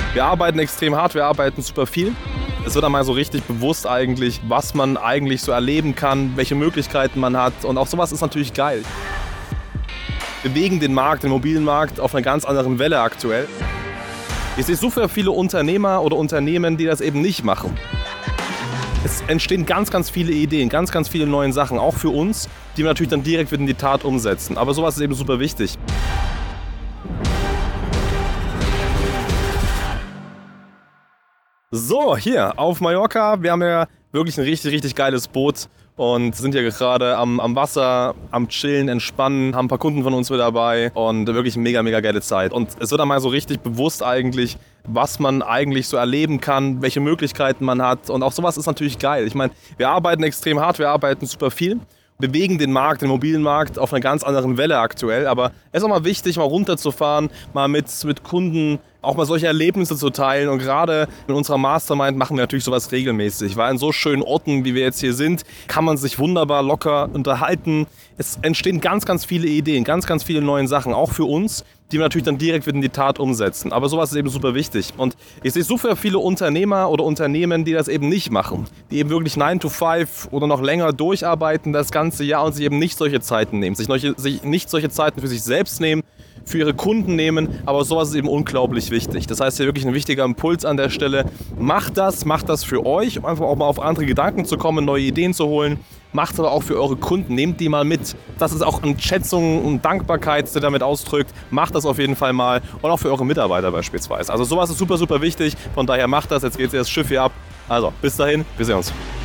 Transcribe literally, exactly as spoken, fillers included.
Wir arbeiten extrem hart, wir arbeiten super viel. Es wird einmal so richtig bewusst eigentlich, was man eigentlich so erleben kann, welche Möglichkeiten man hat, und auch sowas ist natürlich geil. Wir bewegen den Markt, den Immobilienmarkt auf einer ganz anderen Welle aktuell. Ich sehe super viele Unternehmer oder Unternehmen, die das eben nicht machen. Es entstehen ganz, ganz viele Ideen, ganz, ganz viele neue Sachen, auch für uns, die wir natürlich dann direkt wieder in die Tat umsetzen. Aber sowas ist eben super wichtig. So, hier auf Mallorca, wir haben ja wirklich ein richtig, richtig geiles Boot und sind ja gerade am, am Wasser, am Chillen, Entspannen, haben ein paar Kunden von uns mit dabei und wirklich eine mega, mega geile Zeit. Und es wird einmal so richtig bewusst eigentlich, was man eigentlich so erleben kann, welche Möglichkeiten man hat, und auch sowas ist natürlich geil. Ich meine, wir arbeiten extrem hart, wir arbeiten super viel, bewegen den Markt, den Immobilienmarkt auf einer ganz anderen Welle aktuell, aber es ist auch mal wichtig, mal runterzufahren, mal mit, mit Kunden auch mal solche Erlebnisse zu teilen, und gerade in unserer Mastermind machen wir natürlich sowas regelmäßig, weil an so schönen Orten, wie wir jetzt hier sind, kann man sich wunderbar locker unterhalten. Es entstehen ganz, ganz viele Ideen, ganz, ganz viele neue Sachen, auch für uns, die wir natürlich dann direkt wieder in die Tat umsetzen. Aber sowas ist eben super wichtig. Und ich sehe super viele Unternehmer oder Unternehmen, die das eben nicht machen, die eben wirklich nine to five oder noch länger durcharbeiten das ganze Jahr und sich eben nicht solche Zeiten nehmen, sich, solche, sich nicht solche Zeiten für sich selbst nehmen, für ihre Kunden nehmen, aber sowas ist eben unglaublich wichtig. Das heißt, hier wirklich ein wichtiger Impuls an der Stelle. Macht das, macht das für euch, um einfach auch mal auf andere Gedanken zu kommen, neue Ideen zu holen. Macht es aber auch für eure Kunden, nehmt die mal mit. Das ist auch eine Schätzung und Dankbarkeit, die ihr damit ausdrückt. Macht das auf jeden Fall mal, und auch für eure Mitarbeiter beispielsweise. Also sowas ist super, super wichtig. Von daher macht das. Jetzt geht das Schiff hier ab. Also bis dahin, wir sehen uns.